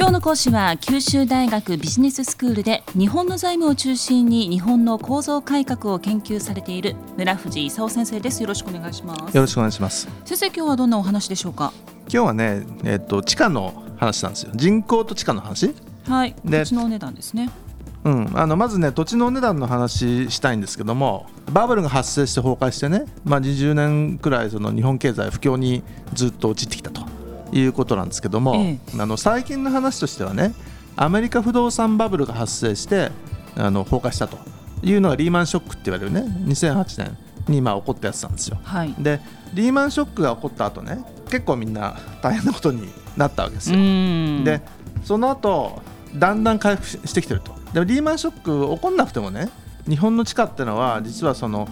今日の講師は九州大学ビジネススクールで日本の財務を中心に日本の構造改革を研究されている村藤勲先生です。よろしくお願いします。 よろしくお願いします。 先生、今日はどんなお話でしょうか？ 今日はね、地価の話なんですよ。人口と地価の話。 はい。土地のお値段ですね。 まずね、土地のお値段の話したいんですけども、バブルが発生して崩壊してね、20年くらいその日本経済不況にずっと陥ってきたということなんですけども、最近の話としてはね、アメリカ不動産バブルが発生して崩壊したというのがリーマンショックって言われるね、2008年に起こったやつなんですよ。 はい、 でリーマンショックが起こった後ね、結構みんな大変なことになったわけですよ。でその後だんだん回復してきてると。でもリーマンショック起こんなくてもね、日本の地価ってのは実はその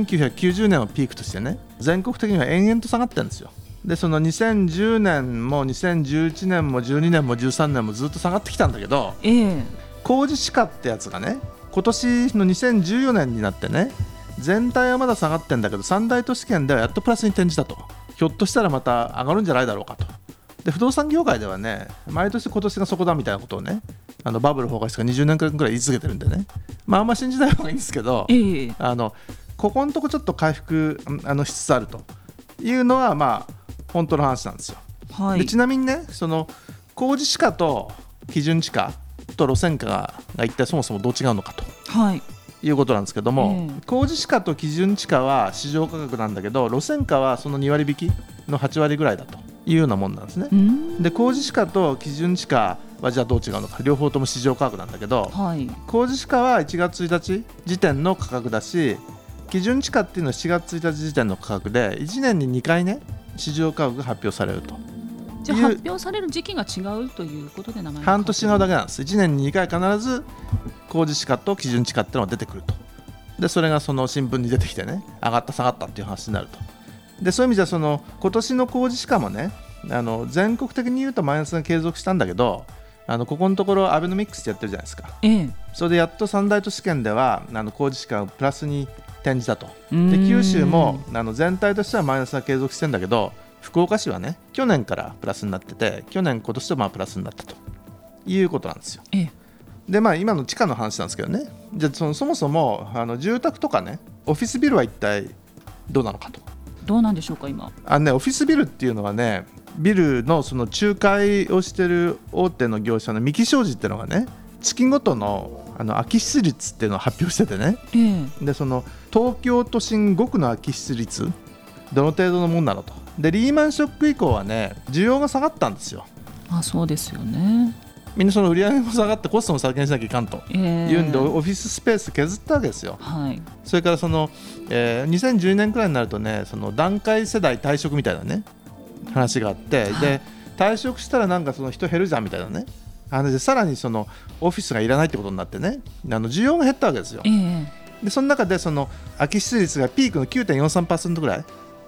1990年をピークとしてね、全国的には延々と下がってるんですよ。でその2010年も2011年も12年も13年もずっと下がってきたんだけど、工事地価ってやつがね、今年の2014年になってね、全体はまだ下がってんだけど三大都市圏ではやっとプラスに転じたと。ひょっとしたらまた上がるんじゃないだろうかと。で不動産業界ではね、毎年今年がそこだみたいなことをね、バブル崩壊してから20年くらい言い続けてるんでね、あんま信じない方がいいんですけど、ここのとこちょっと回復しつつあるというのは本当の話なんですよ。はい、でちなみにね、その工事地価と基準地価と路線価が一体そもそもどう違うのかと、いうことなんですけども、工事地価と基準地価は市場価格なんだけど、路線価はその2割引きの8割ぐらいだというようなもんなんですね。で工事地価と基準地価はじゃあどう違うのか、両方とも市場価格なんだけど、工事地価は1月1日時点の価格だし、基準地価っていうのは4月1日時点の価格で、1年に2回ね市場価格が発表されると。 じゃあ発表される時期が違うということで名前が半年違うだけなんです。1年に2回必ず工事地価と基準地価っていうのが出てくると。でそれがその新聞に出てきてね、上がった下がったっていう話になると。でそういう意味じゃその今年の工事地価もね、全国的に言うとマイナスが継続したんだけど、ここのところアベノミクスってやってるじゃないですか。それでやっと三大都市圏では工事地価がプラスに転じたと。で九州も全体としてはマイナスが継続してるんだけど、福岡市はね去年からプラスになってて、去年今年とプラスになったということなんですよ。で今の地価の話なんですけどね、じゃあそもそも住宅とかね、オフィスビルは一体どうなのかと。 どうなんでしょうか今。 オフィスビルっていうのはね、ビルのその仲介をしてる大手の業者の三木商事っていうのがね、月ごとの空き室率っていうのを発表しててね、でその東京都心5区の空き室率どの程度のもんなのと。でリーマンショック以降はね、需要が下がったんですよ。 そうですよね。 みんなその売り上げも下がってコストも削減しなきゃいかんというんで、オフィススペース削ったわけですよ。それからその、2010年くらいになるとね、その団塊世代退職みたいなね話があって、で退職したらなんかその人減るじゃんみたいなねでさらにそのオフィスがいらないってことになってね、需要が減ったわけですよ。でその中でその空き室率がピークの 9.43% ぐらい、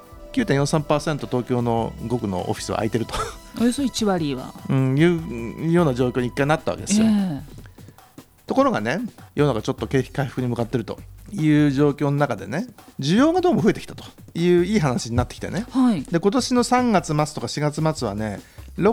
9.43% 東京の5区のオフィスは空いてるとおよそ1割は、 いうような状況に一回なったわけですよ。ところがね、世の中ちょっと景気回復に向かっているという状況の中でね、需要がどうも増えてきたといういい話になってきてね、で今年の3月末とか4月末はね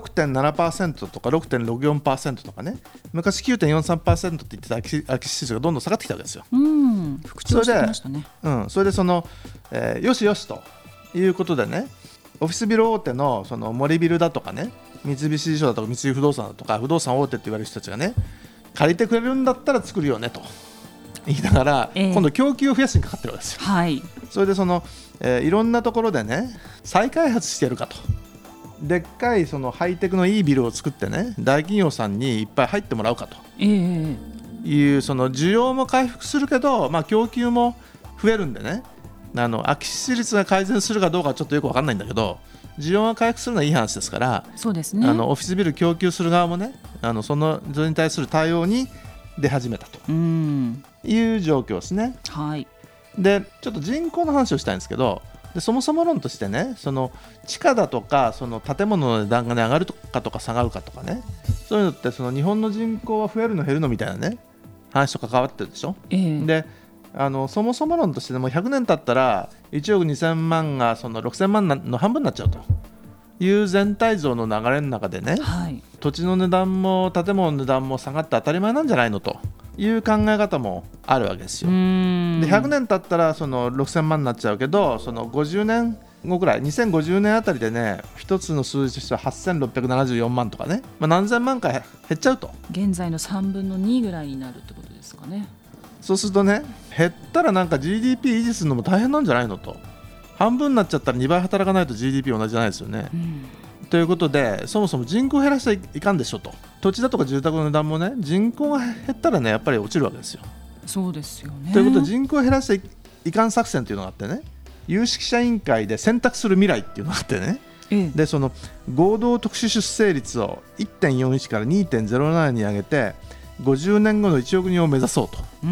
6.7% とか 6.64% とかね、昔 9.43% って言ってた空き室率がどんどん下がってきたわけですよ。 復調してきましたね。 それでその、よしよしということでね、オフィスビル大手のその森ビルだとかね、三菱地所だとか三井不動産だとか不動産大手って言われる人たちがね、借りてくれるんだったら作るよねと言いながら、今度供給を増やしにかかってるわけですよ。それでその、いろんなところでね再開発してやるかと。でっかいそのハイテクのいいビルを作ってね、大企業さんにいっぱい入ってもらうかという、その需要も回復するけど、供給も増えるんでね、空き室率が改善するかどうかはちょっとよく分かんないんだけど、需要が回復するのはいい話ですから、 そうですね、 オフィスビル供給する側もね、それに対する対応に出始めたという状況ですね。でちょっと人口の話をしたいんですけど、でそもそも論としてね、その地価だとかその建物の値段が、上がるかとか下がるかとかね、そういうのってその日本の人口は増えるの減るのみたいなね話と関わってるでしょ。でそもそも論としても100年経ったら1億2000万がその6000万の半分になっちゃうという全体像の流れの中でね、 土地の値段も建物の値段も下がって当たり前なんじゃないのという考え方もあるわけですよ。で100年経ったらその6000万になっちゃうけど、その50年後ぐらい2050年あたりでね、一つの数字としては8674万とかね、何千万か減っちゃうと。 現在の3分の2ぐらいになるってことですかね。 そうするとね、減ったらなんか GDP 維持するのも大変なんじゃないのと。半分になっちゃったら2倍働かないと GDP 同じじゃないですよね、ということで、そもそも人口減らしちゃいかんでしょと。土地だとか住宅の値段もね、人口が減ったらね、やっぱり落ちるわけですよ。 そうですよね。 ということで、人口を減らしちゃいかん作戦というのがあってね、有識者委員会で選択する未来っていうのがあってね、でその合同特殊出生率を 1.41 から 2.07 に上げて50年後の1億人を目指そうと。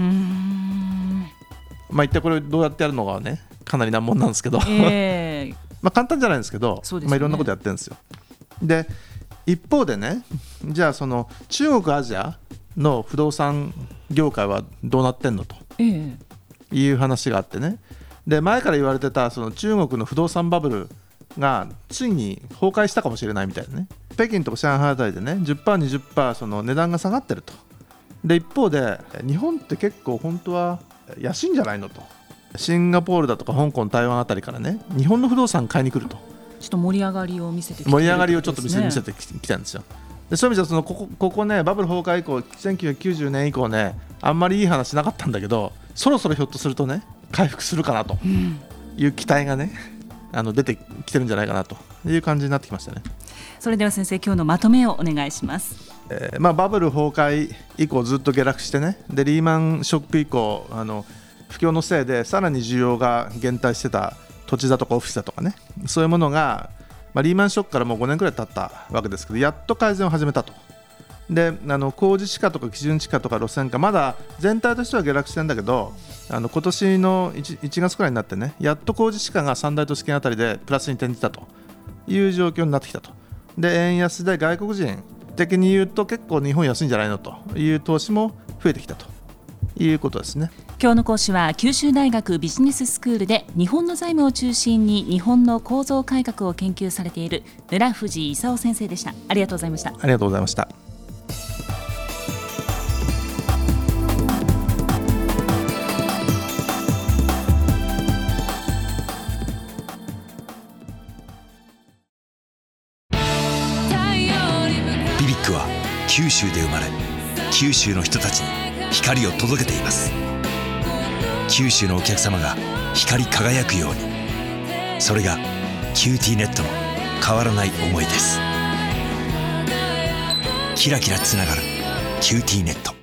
一体これどうやってやるのがね、かなり難問なんですけど、簡単じゃないんですけど、いろんなことやってるんですよ。で一方でね、じゃあその中国アジアの不動産業界はどうなってんのという話があってね、で前から言われてたその中国の不動産バブルがついに崩壊したかもしれないみたいなね。北京とか上海あたりでね 10%、20% その値段が下がってると。で一方で日本って結構本当は安いんじゃないのと。シンガポールだとか香港、台湾あたりからね、日本の不動産買いに来ると。 ちょっと盛り上がりを見せてきてる、 盛り上がりをちょっと見せてきたんですよ。でそういう意味ではここね、バブル崩壊以降1990年以降ね、あんまりいい話なかったんだけど、そろそろひょっとするとね回復するかなという期待がね、出てきてるんじゃないかなという感じになってきましたね。 それでは先生、今日のまとめをお願いします。 バブル崩壊以降ずっと下落してね、でリーマンショック以降不況のせいでさらに需要が減退してた土地だとかオフィスだとかね、そういうものが、リーマンショックからもう5年くらい経ったわけですけど、やっと改善を始めたと。で工事地価とか基準地価とか路線価、まだ全体としては下落してるんだけど、今年の 1月くらいになってね、やっと工事地価が3大都市圏あたりでプラスに転じたという状況になってきたと。で円安で外国人的に言うと結構日本安いんじゃないのという投資も増えてきたということですね。 今日の講師は九州大学ビジネススクールで日本の財務を中心に日本の構造改革を研究されている村藤勲先生でした。ありがとうございました。 ありがとうございました。 ビビックは九州で生まれ、九州の人たちに光を届けています。九州のお客様が光り輝くように、それがキューティーネットの変わらない思いです。キラキラつながるキューティーネット。